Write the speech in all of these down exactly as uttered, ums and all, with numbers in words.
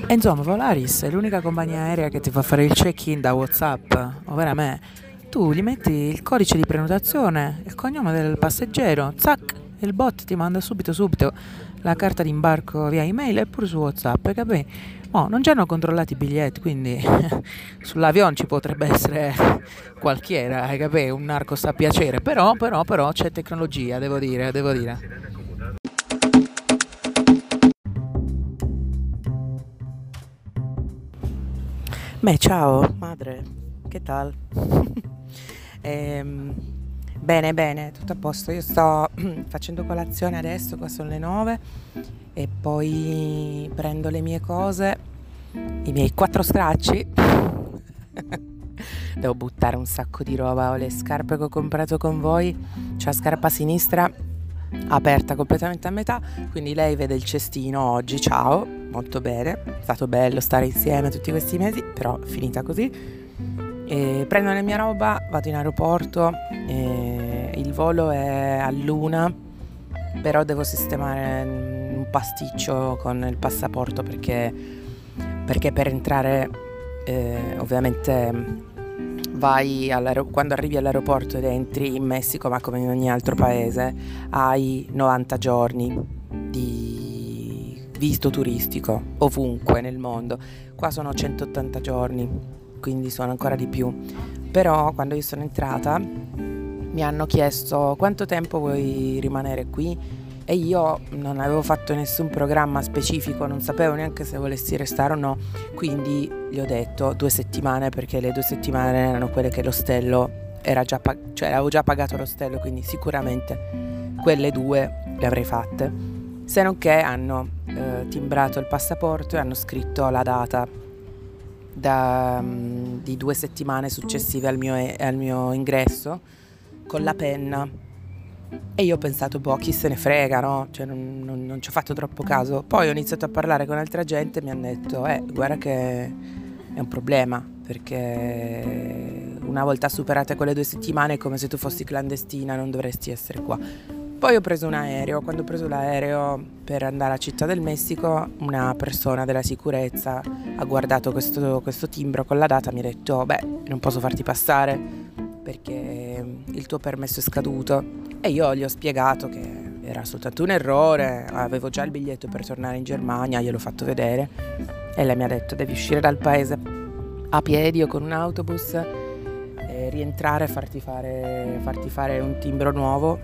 E insomma, Volaris è l'unica compagnia aerea che ti fa fare il check-in da WhatsApp, ovvero a me. Tu gli metti il codice di prenotazione, il cognome del passeggero, zac, il bot ti manda subito subito la carta d'imbarco via email e pure su WhatsApp, capi? Oh, non ci hanno controllato i biglietti, quindi sull'avion ci potrebbe essere qualchiera, hai capito? Un narco sta a piacere, però, però, però c'è tecnologia, devo dire, devo dire. Beh, ciao, madre, che tal? Ehm, bene, bene, tutto a posto. Io sto facendo colazione adesso, qua sono le nove, e poi prendo le mie cose, i miei quattro stracci. Devo buttare un sacco di roba, ho le scarpe che ho comprato con voi, c'è la scarpa sinistra aperta completamente a metà, quindi lei vede il cestino oggi, ciao, molto bene, è stato bello stare insieme tutti questi mesi, però è finita così. E prendo la mia roba, vado in aeroporto, e il volo è all'una, però devo sistemare un pasticcio con il passaporto perché, perché per entrare eh, ovviamente vai quando arrivi all'aeroporto ed entri in Messico, ma come in ogni altro paese, hai novanta giorni di visto turistico ovunque nel mondo. Qua sono centottanta giorni, quindi sono ancora di più. Però quando io sono entrata mi hanno chiesto quanto tempo vuoi rimanere qui, e io non avevo fatto nessun programma specifico, non sapevo neanche se volessi restare o no, quindi gli ho detto due settimane, perché le due settimane erano quelle che l'ostello era già pag- cioè avevo già pagato l'ostello, quindi sicuramente quelle due le avrei fatte. Se non che hanno eh, timbrato il passaporto e hanno scritto la data da, um, di due settimane successive al mio, al mio ingresso con la penna. E io ho pensato, boh, chi se ne frega, no? Cioè non, non, non ci ho fatto troppo caso. Poi ho iniziato a parlare con altra gente e mi hanno detto, eh, guarda che è un problema, perché una volta superate quelle due settimane è come se tu fossi clandestina, non dovresti essere qua. Poi ho preso un aereo, quando ho preso l'aereo per andare a Città del Messico, una persona della sicurezza ha guardato questo, questo timbro con la data e mi ha detto, beh, non posso farti passare perché il tuo permesso è scaduto. E io gli ho spiegato che era soltanto un errore, avevo già il biglietto per tornare in Germania, gliel'ho fatto vedere, e lei mi ha detto devi uscire dal paese a piedi o con un autobus, e rientrare, farti fare, farti fare un timbro nuovo,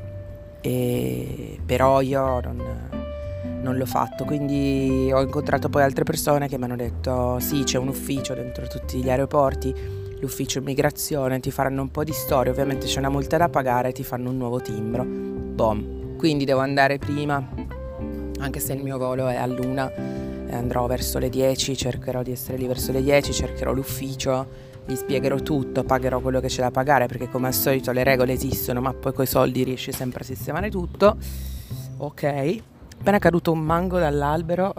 e però io non, non l'ho fatto. Quindi ho incontrato poi altre persone che mi hanno detto sì, c'è un ufficio dentro tutti gli aeroporti, l'ufficio immigrazione, ti faranno un po' di storia, ovviamente c'è una multa da pagare e ti fanno un nuovo timbro. Boom. Quindi devo andare prima, anche se il mio volo è all'una, e andrò verso le dieci, cercherò di essere lì verso le dieci, cercherò l'ufficio, gli spiegherò tutto, pagherò quello che c'è da pagare, perché come al solito le regole esistono, ma poi coi soldi riesci sempre a sistemare tutto. Ok, appena caduto un mango dall'albero.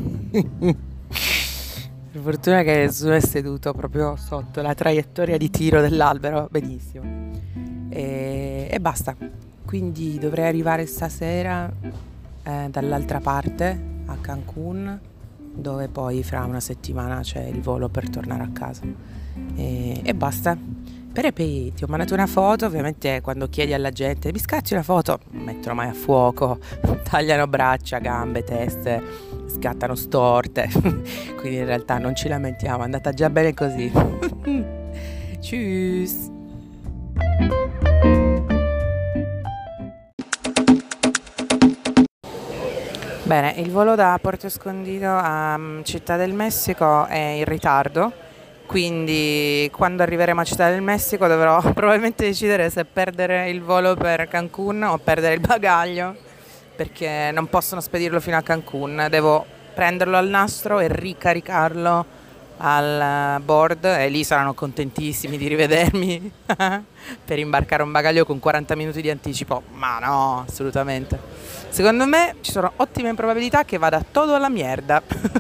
Per fortuna che nessuno è seduto proprio sotto la traiettoria di tiro dell'albero, benissimo. E, e basta. Quindi dovrei arrivare stasera eh, dall'altra parte, a Cancun, dove poi fra una settimana c'è il volo per tornare a casa. E, e basta. Per poi ti ho mandato una foto, ovviamente quando chiedi alla gente mi scatti una foto, non mettono mai a fuoco, tagliano braccia, gambe, teste, scattano storte, quindi in realtà non ci lamentiamo, è andata già bene così. Tschüss. Bene, il volo da Porto Escondido a Città del Messico è in ritardo, quindi quando arriveremo a Città del Messico dovrò probabilmente decidere se perdere il volo per Cancun o perdere il bagaglio, perché non possono spedirlo fino a Cancun, devo prenderlo al nastro e ricaricarlo al board, e lì saranno contentissimi di rivedermi per imbarcare un bagaglio con quaranta minuti di anticipo. Ma no, assolutamente. Secondo me ci sono ottime probabilità que vada todo a la mierda.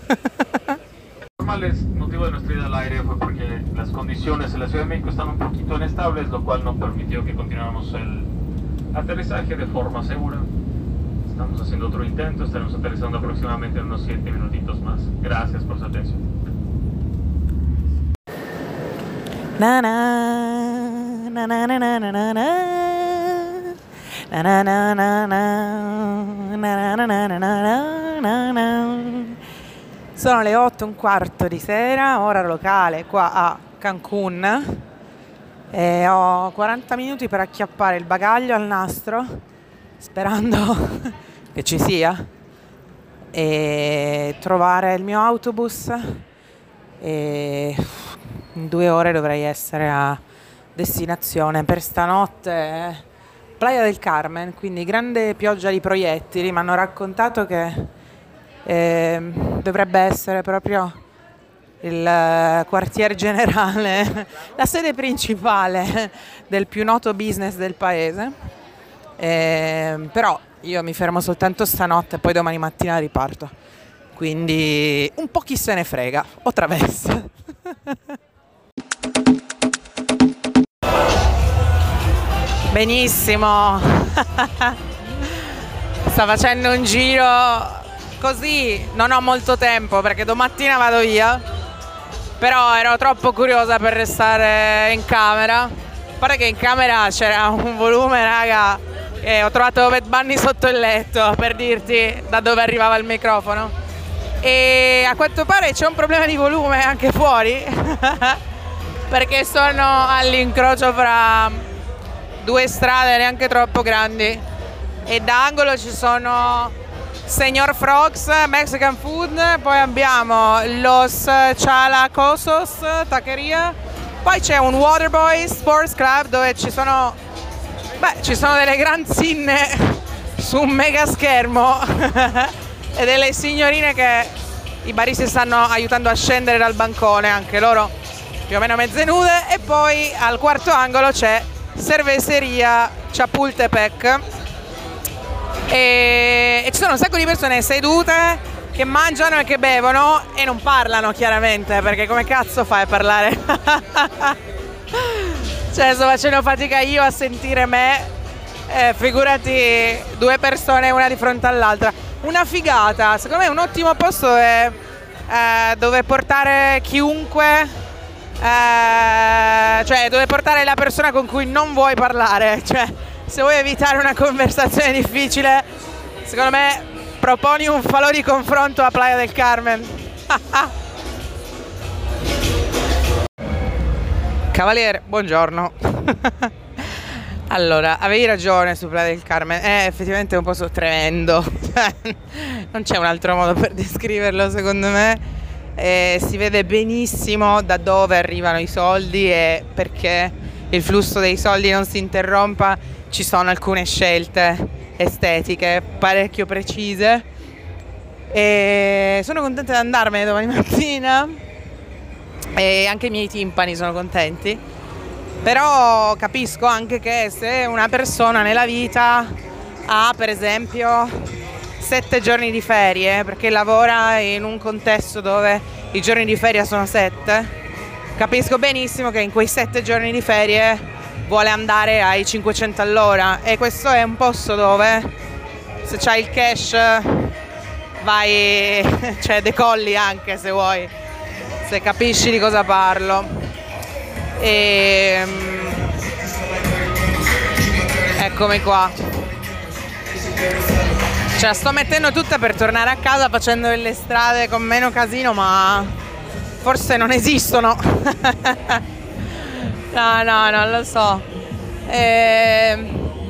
El motivo de nuestra ida al aire fue porque las condiciones en la Ciudad de México están un poquito inestables, lo cual no permitió que continuáramos el aterrizaje de forma segura. Estamos haciendo otro intento, estaremos aterrizando aproximadamente en unos siete minutitos más. Gracias por su atención. Na na na na na na na na na na na na na na na na na. Sono le otto e un quarto di sera, ora locale qua a Cancun, e ho quaranta minuti per acchiappare il bagaglio al nastro, sperando che ci sia, e trovare il mio autobus, e in due ore dovrei essere a destinazione. Per stanotte Playa del Carmen, quindi grande pioggia di proiettili. Mi hanno raccontato che eh, dovrebbe essere proprio il quartier generale, la sede principale del più noto business del paese, eh, però io mi fermo soltanto stanotte e poi domani mattina riparto, quindi un po' chi se ne frega, o travessa. Benissimo. Sto facendo un giro così, non ho molto tempo perché domattina vado via, però ero troppo curiosa per restare in camera. Pare che in camera c'era un volume, raga, e ho trovato Bad Bunny sotto il letto, per dirti da dove arrivava il microfono, e a quanto pare c'è un problema di volume anche fuori perché sono all'incrocio fra due strade neanche troppo grandi e da angolo ci sono Señor Frogs, Mexican Food, poi abbiamo Los Chalacosos Taqueria, poi c'è un Waterboy Sports Club dove ci sono, beh, ci sono delle gran zinne su un mega schermo e delle signorine che i baristi stanno aiutando a scendere dal bancone, anche loro più o meno mezze nude, e poi al quarto angolo c'è Cerveceria Chapultepec e, e ci sono un sacco di persone sedute che mangiano e che bevono e non parlano, chiaramente, perché come cazzo fai a parlare? Cioè, sto facendo fatica io a sentire me, eh, figurati due persone una di fronte all'altra. Una figata, secondo me è un ottimo posto dove, eh, dove portare chiunque, Eh, cioè dove portare la persona con cui non vuoi parlare. Cioè, se vuoi evitare una conversazione difficile, secondo me proponi un falò di confronto a Playa del Carmen. Cavaliere, buongiorno. Allora, avevi ragione su Playa del Carmen, è effettivamente un posto tremendo. Non c'è un altro modo per descriverlo, secondo me. Eh, si vede benissimo da dove arrivano i soldi e perché il flusso dei soldi non si interrompa. Ci sono alcune scelte estetiche parecchio precise e sono contenta di andarmene domani mattina, e anche i miei timpani sono contenti, però capisco anche che se una persona nella vita ha, per esempio, sette giorni di ferie perché lavora in un contesto dove i giorni di ferie sono sette, capisco benissimo che in quei sette giorni di ferie vuole andare ai cinquecento all'ora, e questo è un posto dove se c'hai il cash vai, cioè decolli anche se vuoi, se capisci di cosa parlo. E eccomi qua. Ce la sto mettendo tutta per tornare a casa facendo delle strade con meno casino, ma forse non esistono. No, no, non lo so. E...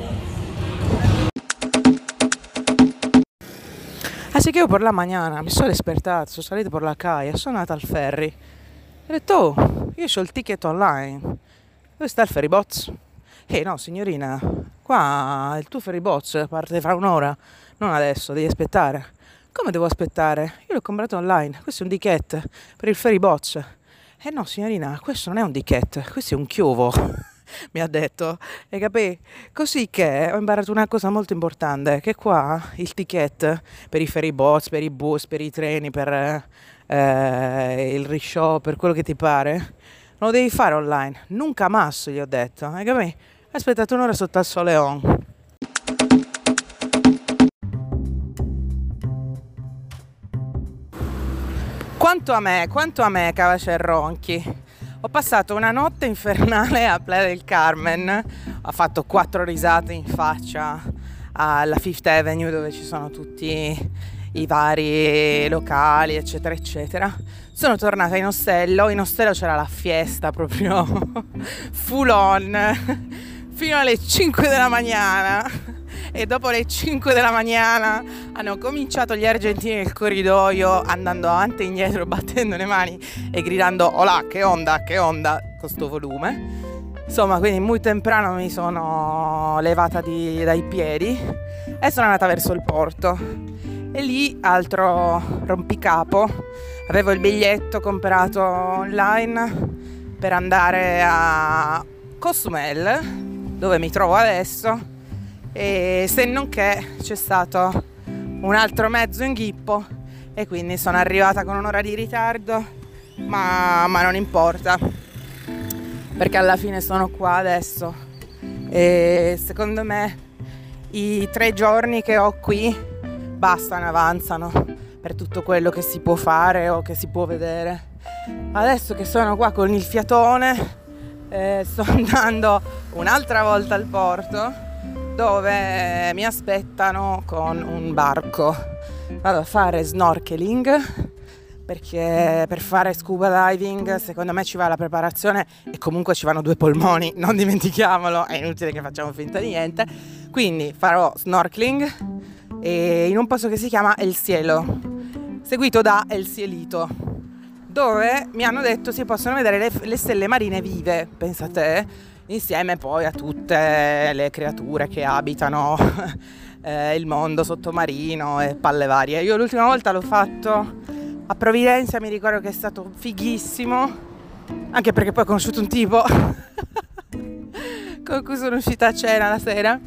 Así que por la mañana mi sono despertato, sono salito por la calle, sono andata al ferry. Ho detto, oh, io ho il ticket online. Dove sta il ferry box? Eh no, signorina, qua il tuo ferry box parte fra un'ora. Non adesso, devi aspettare. Come devo aspettare? Io l'ho comprato online, questo è un ticket per il ferry box. Eh no, signorina, questo non è un ticket, questo è un chiovo, mi ha detto. E capì? Così che ho imparato una cosa molto importante, che qua il ticket per i ferry box, per i bus, per i treni, per eh, il rickshaw, per quello che ti pare, non lo devi fare online. Nunca más, gli ho detto. Hai capito? Aspettate un'ora sotto al soleon. quanto a me, quanto a me, Cavace e Ronchi. Ho passato una notte infernale a Playa del Carmen, ho fatto quattro risate in faccia alla Fifth Avenue dove ci sono tutti i vari locali eccetera eccetera. Sono tornata in ostello, in ostello c'era la fiesta proprio full on fino alle cinque della mattina. E dopo le cinque della mattina hanno cominciato gli argentini nel corridoio andando avanti e indietro, battendo le mani e gridando "Olà, che onda, che onda", con sto volume. Insomma, quindi molto temprano mi sono levata di, dai piedi e sono andata verso il porto. E lì, altro rompicapo, avevo il biglietto comprato online per andare a Cozumel, dove mi trovo adesso. E se non che c'è stato un altro mezzo inghippo e quindi sono arrivata con un'ora di ritardo, ma, ma non importa, perché alla fine sono qua adesso e secondo me i tre giorni che ho qui bastano, avanzano per tutto quello che si può fare o che si può vedere. Adesso che sono qua con il fiatone, eh, sto andando un'altra volta al porto, dove mi aspettano con un barco. Vado a fare snorkeling, perché per fare scuba diving secondo me ci va la preparazione e comunque ci vanno due polmoni, non dimentichiamolo, è inutile che facciamo finta di niente. Quindi farò snorkeling e in un posto che si chiama El Cielo, seguito da El Cielito, dove mi hanno detto si possono vedere le, le stelle marine vive, pensa te, insieme poi a tutte le creature che abitano eh, il mondo sottomarino e palle varie. Io l'ultima volta l'ho fatto a Providenza, mi ricordo che è stato fighissimo, anche perché poi ho conosciuto un tipo con cui sono uscita a cena la sera.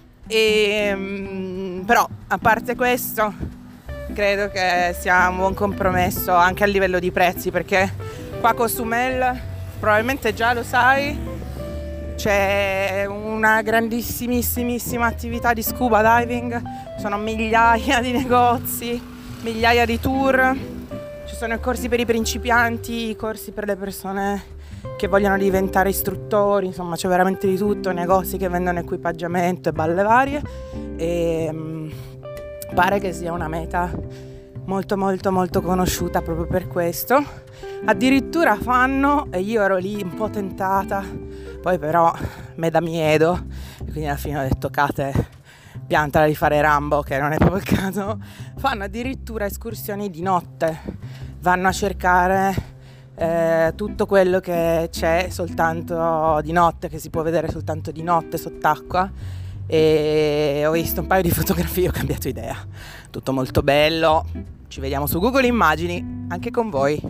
E, però a parte questo credo che sia un buon compromesso anche a livello di prezzi, perché qua a Cozumel, probabilmente già lo sai, c'è una grandissimissima attività di scuba diving, sono migliaia di negozi, migliaia di tour, ci sono i corsi per i principianti, i corsi per le persone che vogliono diventare istruttori, insomma c'è veramente di tutto, negozi che vendono equipaggiamento e balle varie e mh, pare che sia una meta molto molto molto conosciuta proprio per questo. Addirittura fanno, e io ero lì un po' tentata, poi però me da miedo e quindi alla fine ho detto Cate, piantala di fare Rambo, che non è proprio il caso. Fanno addirittura escursioni di notte, vanno a cercare eh, tutto quello che c'è soltanto di notte, che si può vedere soltanto di notte sott'acqua, e ho visto un paio di fotografie, ho cambiato idea, tutto molto bello. Ci vediamo su Google Immagini anche con voi.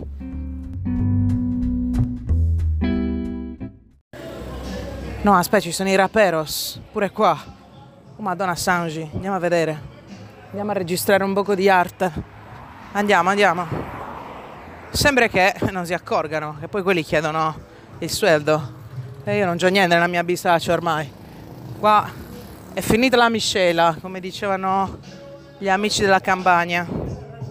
No, aspetta, ci sono i raperos pure qua. Oh Madonna Sanji, andiamo a vedere, andiamo a registrare un poco di arte. Andiamo, andiamo. Sembra che non si accorgano che poi quelli chiedono il sueldo e io non c'ho niente nella mia bisaccia ormai. Qua è finita la miscela, come dicevano gli amici della Campania.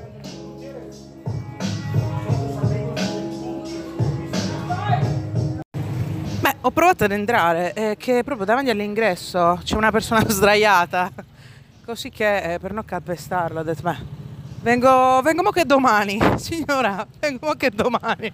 Beh, ho provato ad entrare, eh, che proprio davanti all'ingresso c'è una persona sdraiata, così che eh, per non calpestarlo ho detto, beh, vengo, vengo mo che domani, signora, vengo mo che domani.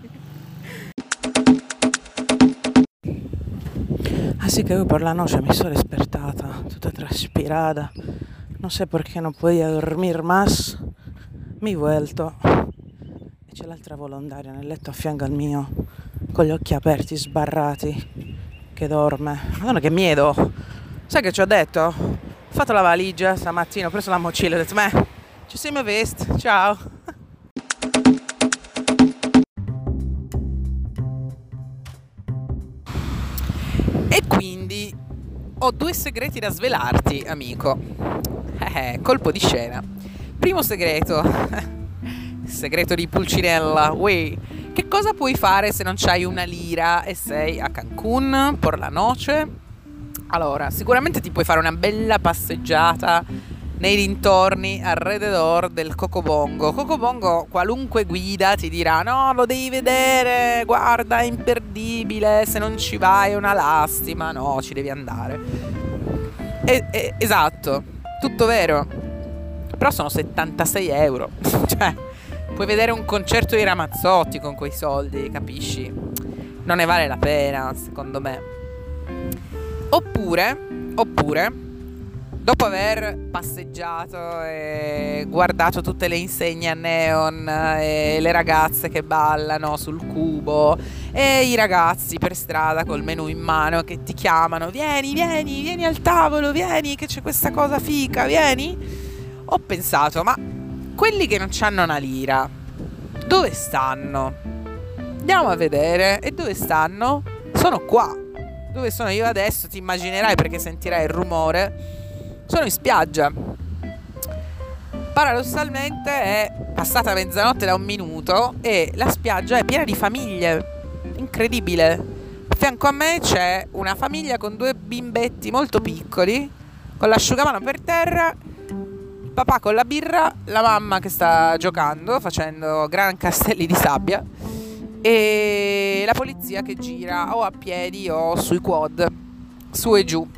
Así que hoy por la noche mi sono despertata, tutta traspirata, non sé perché non podía dormir más, mi he vuelto e c'è l'altra volontaria nel letto a fianco al mio, con gli occhi aperti, sbarrati, che dorme. Madonna che miedo! Sai che ci ho detto? Ho fatto la valigia stamattina, ho preso la mochila, ho detto, beh, ci siamo visti, ciao! E quindi ho due segreti da svelarti, amico. Eh, colpo di scena. Primo segreto, segreto di Pulcinella, uè. Che cosa puoi fare se non c'hai una lira e sei a Cancun por la noche? Allora, sicuramente ti puoi fare una bella passeggiata nei dintorni alrededor del Cocobongo. Cocobongo, qualunque guida ti dirà: no, lo devi vedere, guarda, è imperdibile, se non ci vai è una lastima, no, ci devi andare. E, e, esatto, tutto vero, però sono settantasei euro. Cioè, puoi vedere un concerto di Ramazzotti con quei soldi, capisci? Non ne vale la pena, secondo me. Oppure, oppure dopo aver passeggiato e guardato tutte le insegne a neon e le ragazze che ballano sul cubo e i ragazzi per strada col menù in mano che ti chiamano: vieni, vieni, vieni al tavolo, vieni che c'è questa cosa fica, vieni, ho pensato: ma quelli che non c'hanno una lira dove stanno? Andiamo a vedere. E dove stanno? Sono qua dove sono io adesso, ti immaginerai perché sentirai il rumore. Sono in spiaggia. Paradossalmente è passata mezzanotte da un minuto e la spiaggia è piena di famiglie. Incredibile. A fianco a me c'è una famiglia con due bimbetti molto piccoli, con l'asciugamano per terra, il papà con la birra, la mamma che sta giocando, facendo gran castelli di sabbia, e la polizia che gira o a piedi o sui quad, su e giù.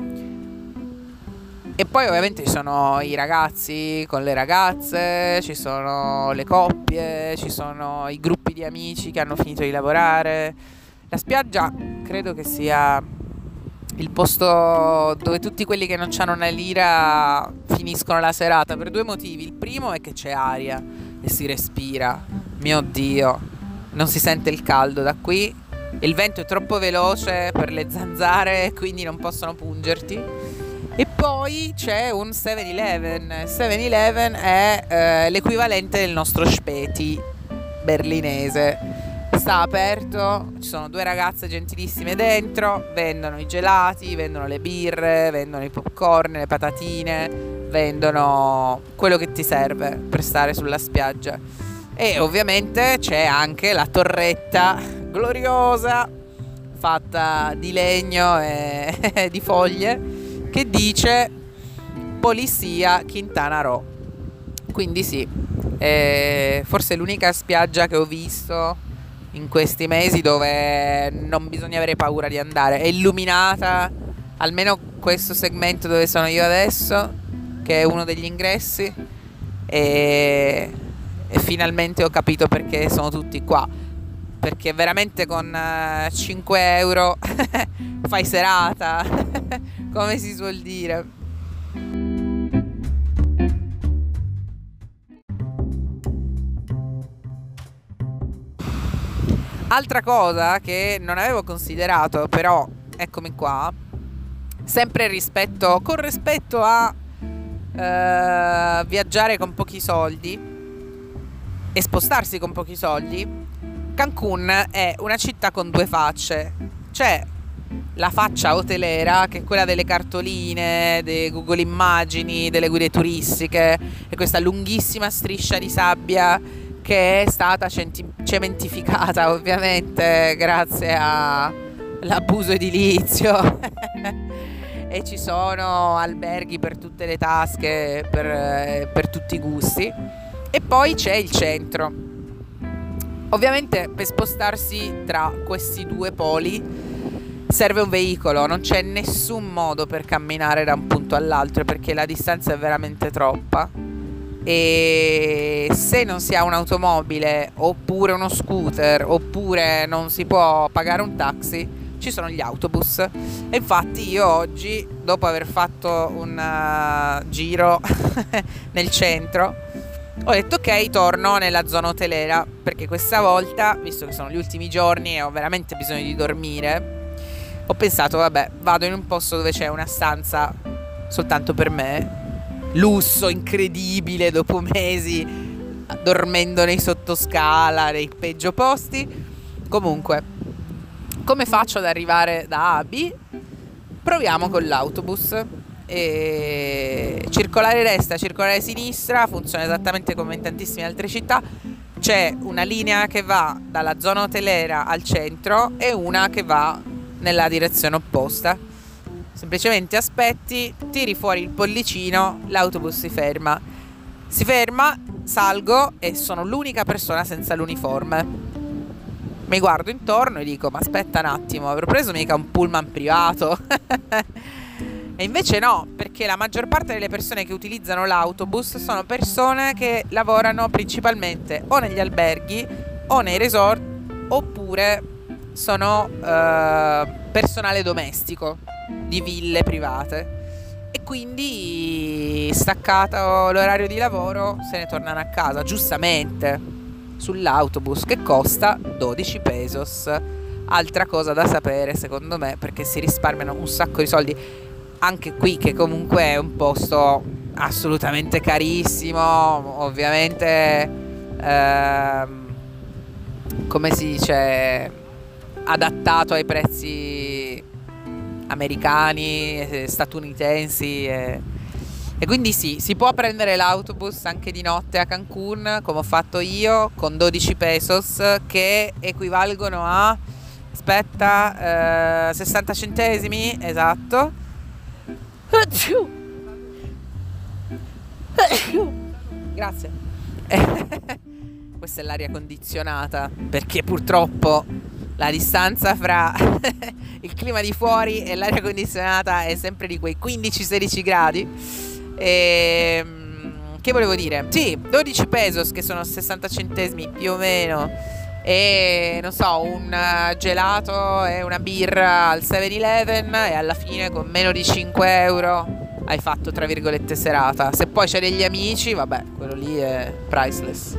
E poi ovviamente ci sono i ragazzi con le ragazze, ci sono le coppie, ci sono i gruppi di amici che hanno finito di lavorare. La spiaggia credo che sia il posto dove tutti quelli che non hanno una lira finiscono la serata, per due motivi. Il primo è che c'è aria e si respira. Mio Dio, non si sente il caldo da qui. Il vento è troppo veloce per le zanzare, quindi non possono pungerti. E poi c'è un seven eleven. seven eleven è eh, l'equivalente del nostro Speti berlinese. Sta aperto, ci sono due ragazze gentilissime dentro, vendono i gelati, vendono le birre, vendono i popcorn, le patatine, vendono quello che ti serve per stare sulla spiaggia. E ovviamente c'è anche la torretta gloriosa fatta di legno e di foglie che dice Polizia Quintana Roo. Quindi sì, è forse l'unica spiaggia che ho visto in questi mesi dove non bisogna avere paura di andare. È illuminata, almeno questo segmento dove sono io adesso, che è uno degli ingressi, e, e finalmente ho capito perché sono tutti qua, perché veramente con uh, cinque euro fai serata, come si suol dire. Altra cosa che non avevo considerato, però eccomi qua, sempre rispetto, con rispetto a eh, viaggiare con pochi soldi e spostarsi con pochi soldi, Cancun è una città con due facce. C'è la faccia hotelera, che è quella delle cartoline, dei Google Immagini, delle guide turistiche, e questa lunghissima striscia di sabbia che è stata centi- cementificata ovviamente grazie all'abuso edilizio e ci sono alberghi per tutte le tasche, per, per tutti i gusti. E poi c'è il centro. Ovviamente per spostarsi tra questi due poli serve un veicolo, non c'è nessun modo per camminare da un punto all'altro perché la distanza è veramente troppa. E se non si ha un'automobile oppure uno scooter oppure non si può pagare un taxi, ci sono gli autobus. E infatti io oggi, dopo aver fatto un uh, giro nel centro, ho detto ok, torno nella zona hotelera, perché questa volta, visto che sono gli ultimi giorni e ho veramente bisogno di dormire, ho pensato vabbè, vado in un posto dove c'è una stanza soltanto per me, lusso incredibile dopo mesi dormendo nei sottoscala, nei peggio posti. Comunque, come faccio ad arrivare da A a B? Proviamo con l'autobus. E circolare destra, circolare sinistra, funziona esattamente come in tantissime altre città. C'è una linea che va dalla zona hotelera al centro e una che va nella direzione opposta. semplicemente aspetti, tiri fuori il pollicino, l'autobus si ferma. Si ferma, salgo e sono l'unica persona senza l'uniforme. Mi guardo intorno e dico: ma aspetta un attimo, avrò preso mica un pullman privato? E invece no, perché la maggior parte delle persone che utilizzano l'autobus sono persone che lavorano principalmente o negli alberghi o nei resort, oppure sono eh, personale domestico di ville private, e quindi staccato l'orario di lavoro se ne tornano a casa, giustamente, sull'autobus che costa dodici pesos. Altra cosa da sapere secondo me, perché si risparmiano un sacco di soldi anche qui, che comunque è un posto assolutamente carissimo, ovviamente ehm, come si dice, adattato ai prezzi americani, statunitensi, e, e quindi sì, si può prendere l'autobus anche di notte a Cancun, come ho fatto io, con dodici pesos, che equivalgono a, aspetta, eh, sessanta centesimi, esatto. Grazie. Questa è l'aria condizionata, perché purtroppo la distanza fra il clima di fuori e l'aria condizionata è sempre di quei quindici sedici gradi. E che volevo dire? Sì, dodici pesos, che sono sessanta centesimi più o meno, e non so, un gelato e una birra al seven eleven, e alla fine con meno di cinque euro hai fatto, tra virgolette, serata. Se poi c'hai degli amici, vabbè, quello lì è priceless.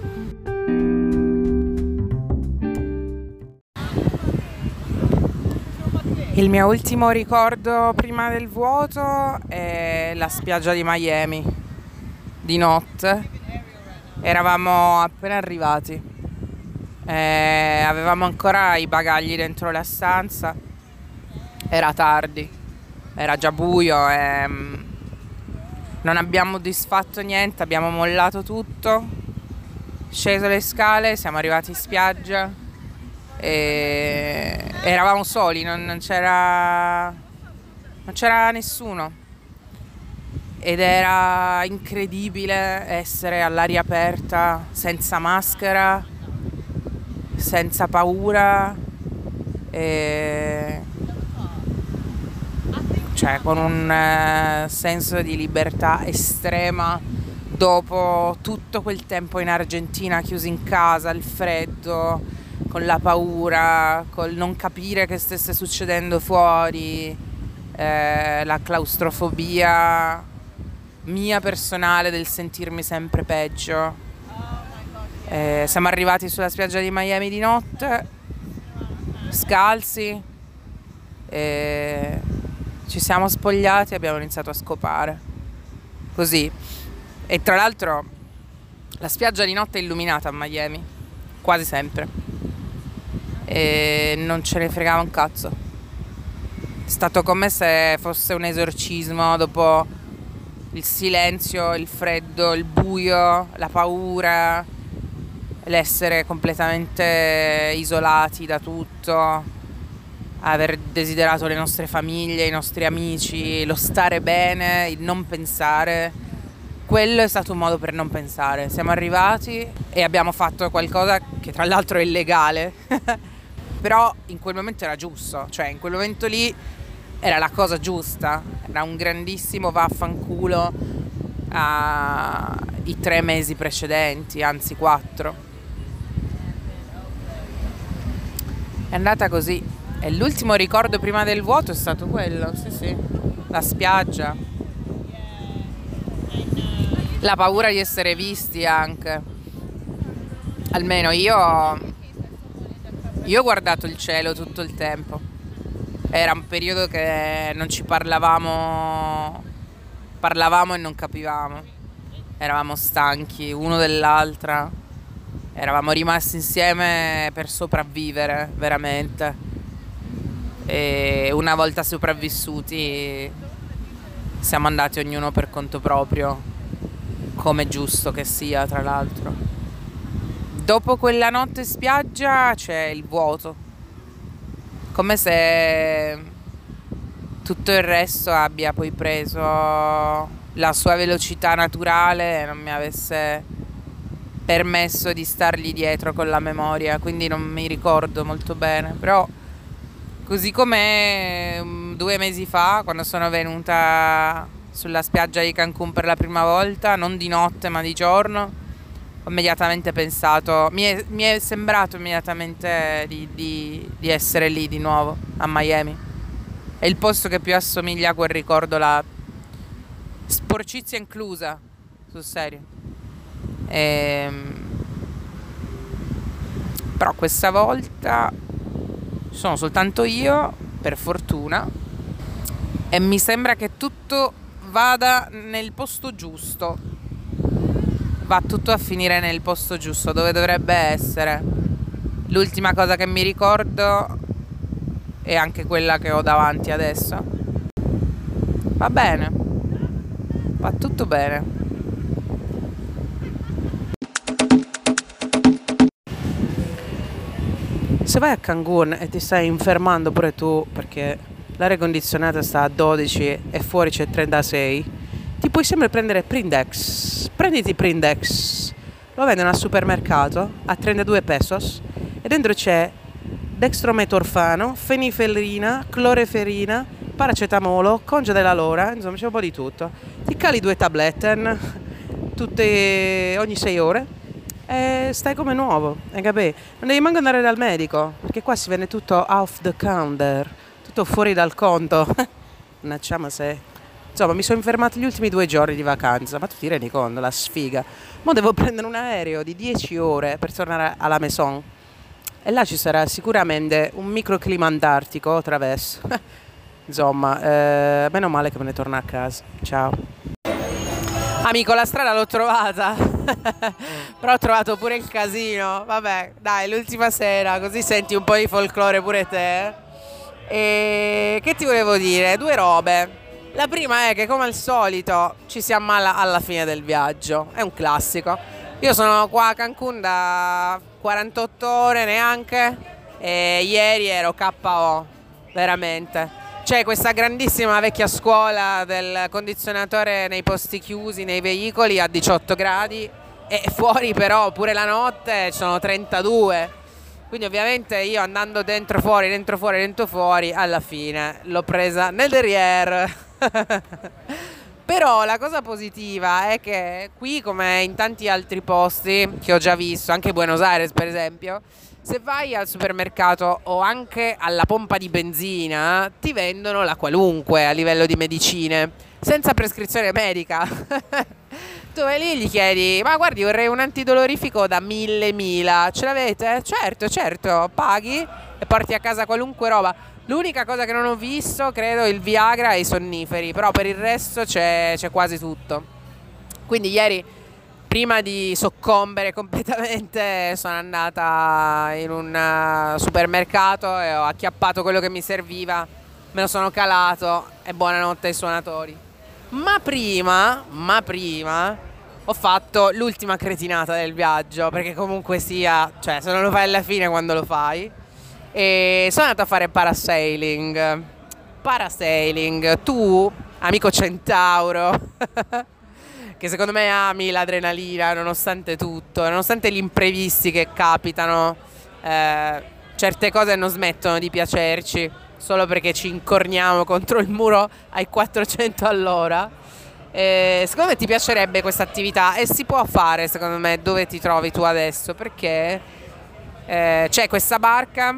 Il mio ultimo ricordo prima del vuoto è la spiaggia di Miami, di notte. Eravamo appena arrivati, eh, avevamo ancora i bagagli dentro la stanza, era tardi, era già buio e non abbiamo disfatto niente, abbiamo mollato tutto, sceso le scale, siamo arrivati in spiaggia. E eravamo soli, non, non c'era non c'era nessuno, ed era incredibile essere all'aria aperta, senza maschera, senza paura, e cioè con un eh, senso di libertà estrema dopo tutto quel tempo in Argentina, chiusi in casa, il freddo, con la paura, col non capire che stesse succedendo fuori, eh, la claustrofobia mia personale del sentirmi sempre peggio. Eh, siamo arrivati sulla spiaggia di Miami di notte, scalzi, e ci siamo spogliati e abbiamo iniziato a scopare, così. E tra l'altro la spiaggia di notte è illuminata a Miami, quasi sempre. E non ce ne fregava un cazzo. È stato come se fosse un esorcismo dopo il silenzio, il freddo, il buio, la paura, l'essere completamente isolati da tutto, aver desiderato le nostre famiglie, i nostri amici, lo stare bene, il non pensare. Quello è stato un modo per non pensare. Siamo arrivati e abbiamo fatto qualcosa che tra l'altro è illegale però in quel momento era giusto, cioè in quel momento lì era la cosa giusta, era un grandissimo vaffanculo ai tre mesi precedenti, anzi quattro. È andata così, e l'ultimo ricordo prima del vuoto è stato quello, sì sì, la spiaggia, la paura di essere visti anche, almeno io... Io ho guardato il cielo tutto il tempo, era un periodo che non ci parlavamo, parlavamo e non capivamo, eravamo stanchi uno dell'altra, eravamo rimasti insieme per sopravvivere, veramente, e una volta sopravvissuti siamo andati ognuno per conto proprio, come giusto che sia, tra l'altro. Dopo quella notte in spiaggia c'è il vuoto, come se tutto il resto abbia poi preso la sua velocità naturale e non mi avesse permesso di stargli dietro con la memoria, quindi non mi ricordo molto bene. Però così come due mesi fa, quando sono venuta sulla spiaggia di Cancun per la prima volta, non di notte ma di giorno, ho immediatamente pensato, mi è, mi è sembrato immediatamente di, di, di essere lì di nuovo, a Miami. È il posto che più assomiglia a quel ricordo, la sporcizia inclusa, sul serio. Ehm, però questa volta sono soltanto io, per fortuna, e mi sembra che tutto vada nel posto giusto. Va tutto a finire nel posto giusto, dove dovrebbe essere. L'ultima cosa che mi ricordo è anche quella che ho davanti adesso. Va bene, va tutto bene. Se vai a Cancun e ti stai infermando pure tu perché l'aria condizionata sta a dodici e fuori c'è trentasei, ti puoi sempre prendere Prindex. Prenditi Prindex, lo vendono al supermercato a trentadue pesos e dentro c'è dextrometorfano, fenifelina, cloreferina, paracetamolo, congia della lora, insomma c'è un po' di tutto. Ti cali due tabletten tutte, ogni sei ore e stai come nuovo, hai capito? Non devi manco andare dal medico, perché qua si vende tutto off the counter, tutto fuori dal conto. Nacciama se... Insomma, mi sono infermato gli ultimi due giorni di vacanza, ma tu ti rendi conto, la sfiga. Mo' devo prendere un aereo di dieci ore per tornare alla Maison. E là ci sarà sicuramente un microclima antartico, attraverso. Insomma, eh, meno male che me ne torno a casa. Ciao. Amico, la strada l'ho trovata. Però ho trovato pure il casino. Vabbè, dai, l'ultima sera, così senti un po' di folklore pure te. E che ti volevo dire? Due robe. La prima è che, come al solito, ci si ammala alla fine del viaggio. È un classico. Io sono qua a Cancun da quarantotto ore neanche e ieri ero K O, veramente. C'è questa grandissima vecchia scuola del condizionatore nei posti chiusi, nei veicoli a diciotto gradi e fuori però pure la notte sono trentadue. Quindi ovviamente io andando dentro fuori, dentro fuori, dentro fuori, alla fine l'ho presa nel derrière. Però la cosa positiva è che qui, come in tanti altri posti che ho già visto, anche Buenos Aires per esempio, se vai al supermercato o anche alla pompa di benzina ti vendono la qualunque a livello di medicine senza prescrizione medica. Tu vai lì e gli chiedi: ma guardi, vorrei un antidolorifico da mille mila, ce l'avete? Certo, certo, paghi e porti a casa qualunque roba. L'unica cosa che non ho visto, credo, il Viagra e i sonniferi, però per il resto c'è quasi tutto. Quindi ieri, prima di soccombere completamente, sono andata in un supermercato e ho acchiappato quello che mi serviva, me lo sono calato e buonanotte ai suonatori. Ma prima, ma prima ho fatto l'ultima cretinata del viaggio, perché comunque sia, cioè se non lo fai alla fine, quando lo fai? E sono andata a fare parasailing. Parasailing, tu, amico centauro, che secondo me ami l'adrenalina nonostante tutto, nonostante gli imprevisti che capitano, eh, certe cose non smettono di piacerci solo perché ci incorniamo contro il muro ai quattrocento all'ora. Eh, secondo me ti piacerebbe questa attività e si può fare, secondo me, dove ti trovi tu adesso, perché eh, c'è questa barca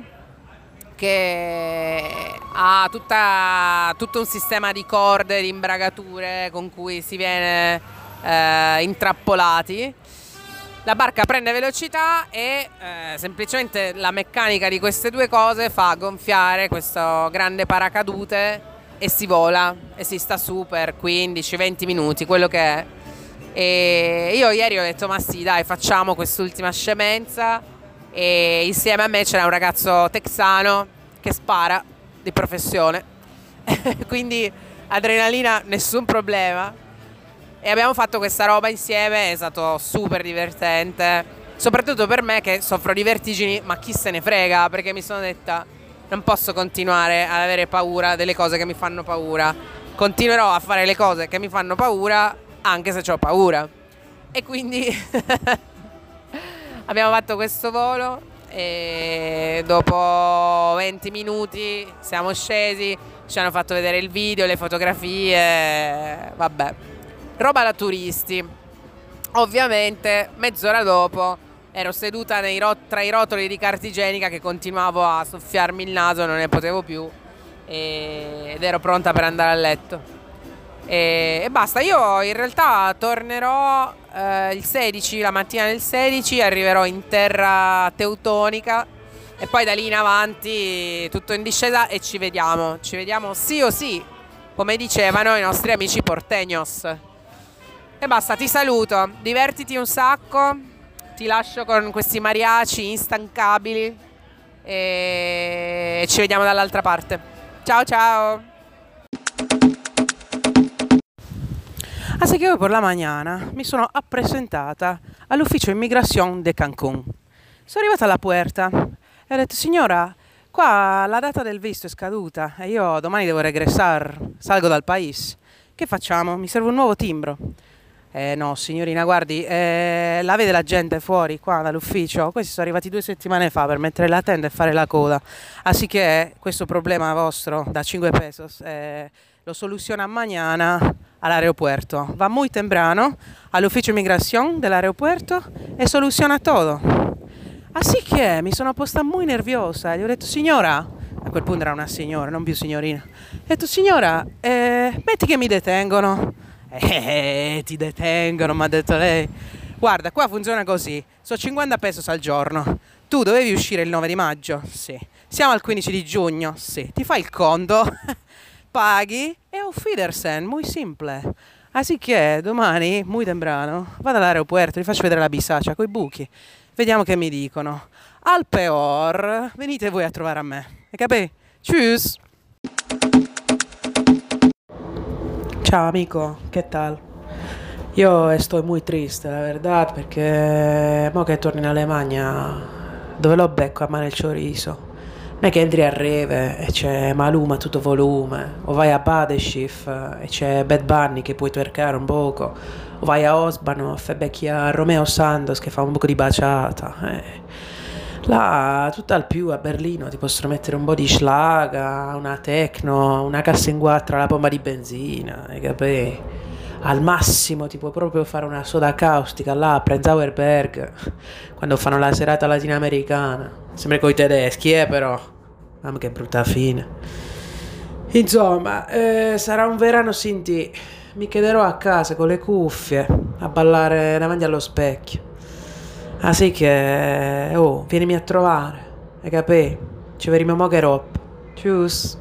che ha tutta, tutto un sistema di corde, di imbragature con cui si viene eh, intrappolati. La barca prende velocità e eh, semplicemente la meccanica di queste due cose fa gonfiare questo grande paracadute e si vola e si sta su per quindici venti minuti, quello che è. E io ieri ho detto: ma sì, dai, facciamo quest'ultima scemenza. E insieme a me c'era un ragazzo texano che spara di professione. Quindi adrenalina, nessun problema. E abbiamo fatto questa roba insieme, è stato super divertente, soprattutto per me che soffro di vertigini, ma chi se ne frega, perché mi sono detta: non posso continuare ad avere paura delle cose che mi fanno paura. Continuerò a fare le cose che mi fanno paura anche se ho paura. E quindi abbiamo fatto questo volo e dopo venti minuti siamo scesi, ci hanno fatto vedere il video, le fotografie, vabbè, roba da turisti. Ovviamente mezz'ora dopo ero seduta nei rot- tra i rotoli di carta igienica che continuavo a soffiarmi il naso, non ne potevo più e- ed ero pronta per andare a letto. E, e basta, io in realtà tornerò eh, il sedici, la mattina del sedici, arriverò in terra teutonica e poi da lì in avanti tutto in discesa e ci vediamo, ci vediamo sì o sì, come dicevano i nostri amici porteños. E basta, ti saluto, divertiti un sacco, ti lascio con questi mariachi instancabili e ci vediamo dall'altra parte. Ciao ciao! Así que hoy por la mañana mi sono presentata all'ufficio immigrazione de Cancún. Sono arrivata alla puerta e ho detto: signora, qua la data del visto è scaduta e io domani devo regressar, salgo dal paese. Che facciamo? Mi serve un nuovo timbro. Eh no, signorina, guardi, eh, la vede la gente fuori qua dall'ufficio? Questi sono arrivati due settimane fa per mettere la tenda e fare la coda. Así que questo problema vostro da cinque pesos eh, lo soluciona mañana all'aeropuerto. Va muy temprano all'ufficio immigrazione dell'aeropuerto e soluziona todo. Así que mi sono posta muy nerviosa e gli ho detto: signora, a quel punto era una signora, non più signorina, ho detto: signora, eh, metti che mi detengono. Eh, ti detengono, mi ha detto lei. Guarda, qua funziona così, sono cinquanta pesos al giorno. Tu dovevi uscire il nove di maggio? Sì. Siamo al quindici di giugno? Sì. Ti fai il conto, paghi e auf Wiedersehen, muy simple. Así che domani, muy temprano, vado all'aeropuerto, vi faccio vedere la bisaccia coi buchi. Vediamo che mi dicono. Al peor, venite voi a trovare a me. Hai capito? Tschüss! Ciao amico, che tal? Io estoy muy triste, la verdad, perché mo che torno in Alemagna, dove lo becco a mare il chorizo? Non è che entri a Reve e c'è Maluma a tutto volume, o vai a Badeschiff e c'è Bad Bunny che puoi twerkare un poco, o vai a Osbanov e becchi a Romeo Santos che fa un poco di baciata. Eh. Là, tutto al più a Berlino ti possono mettere un po' di schlaga, una techno, una cassa in quattro alla pompa di benzina, hai capito? Al massimo ti puoi proprio fare una soda caustica là a Prenzlauer Berg quando fanno la serata latinoamericana. Sembra coi tedeschi, eh, però. Mamma che brutta fine. Insomma, eh, sarà un verano sin te. Mi chiederò a casa con le cuffie a ballare davanti allo specchio. Así che, oh, vienimi a trovare, hai capito? Ci vedremo mo che roba. Tschüss.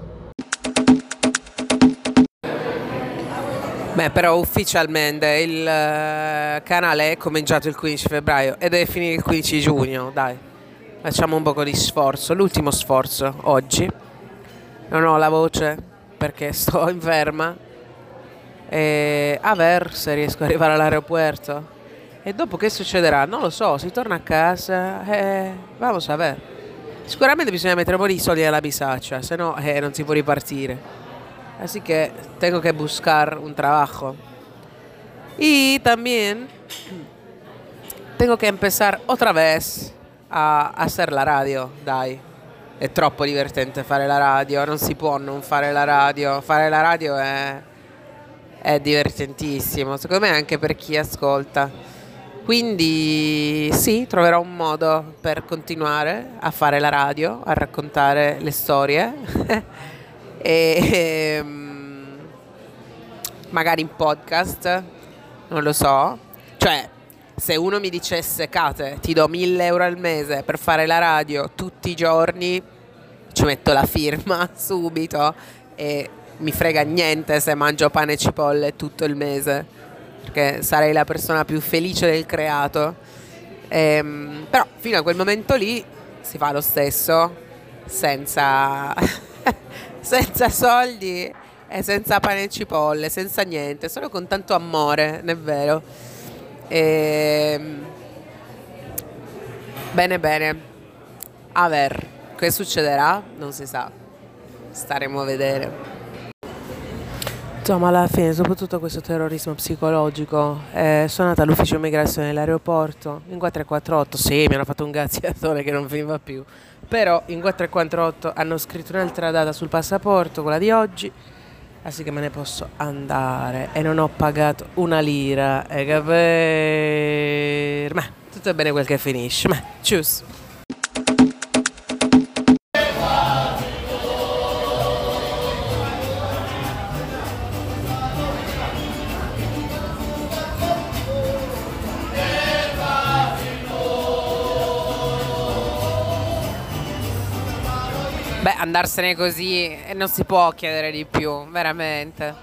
Beh, però ufficialmente il uh, canale è cominciato il quindici febbraio e deve finire il quindici giugno, dai. Facciamo un poco di sforzo, l'ultimo sforzo oggi. Non ho la voce perché sto inferma. E a ver se riesco ad arrivare all'aeropuerto. E dopo che succederà? Non lo so, si torna a casa e vamos a ver. Sicuramente bisogna mettere un po' di soldi alla bisaccia, se no eh, non si può ripartire. Así que tengo que buscar un trabajo. Y también tengo que empezar otra vez a hacer la radio, dai. È troppo divertente fare la radio, non si può non fare la radio. Fare la radio è, è divertentissimo, secondo me anche per chi ascolta. Quindi sì, troverò un modo per continuare a fare la radio, a raccontare le storie e um, magari in podcast, non lo so. Cioè, se uno mi dicesse: Kate, ti do mille euro al mese per fare la radio tutti i giorni, ci metto la firma subito e mi frega niente se mangio pane e cipolle tutto il mese, perché sarei la persona più felice del creato. Ehm, però fino a quel momento lì si fa lo stesso, senza senza soldi e senza pane e cipolle, senza niente, solo con tanto amore, non è vero? Ehm, bene bene, a ver. Che succederà? Non si sa. Staremo a vedere. Insomma, alla fine, dopo tutto questo terrorismo psicologico, eh, sono andata all'ufficio immigrazione dell'aeroporto in quattrocentoquarantotto. Sì, mi hanno fatto un graziatore che non finiva più. Però in quattrocentoquarantotto hanno scritto un'altra data sul passaporto, quella di oggi, così che me ne posso andare e non ho pagato una lira. E capire? Ma tutto è bene quel che finisce. Ma cius. Beh, andarsene così e non si può chiedere di più, veramente.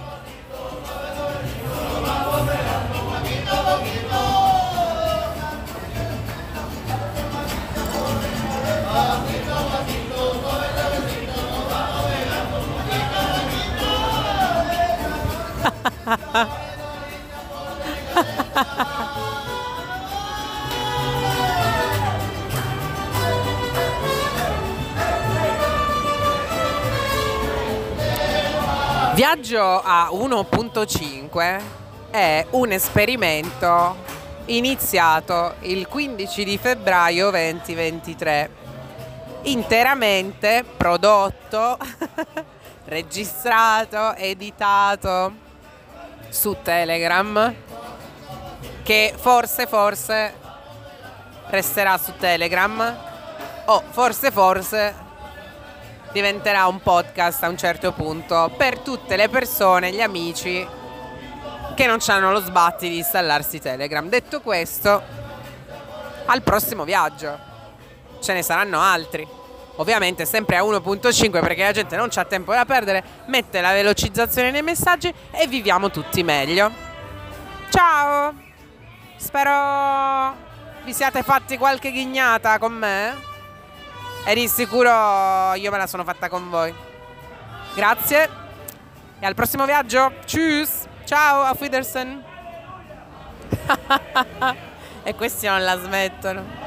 Viaggio a uno punto cinque è un esperimento iniziato il quindici di febbraio duemilaventitré, interamente prodotto, registrato, editato su Telegram, che forse forse resterà su Telegram o forse forse diventerà un podcast a un certo punto per tutte le persone, gli amici che non hanno lo sbatti di installarsi Telegram. Detto questo, al prossimo viaggio ce ne saranno altri, ovviamente sempre a uno punto cinque, perché la gente non c'ha tempo da perdere, mette la velocizzazione nei messaggi e viviamo tutti meglio. Ciao, spero vi siate fatti qualche ghignata con me e di sicuro io me la sono fatta con voi. Grazie e al prossimo viaggio. Tschüss. Ciao, auf Wiedersehen. E questi non la smettono.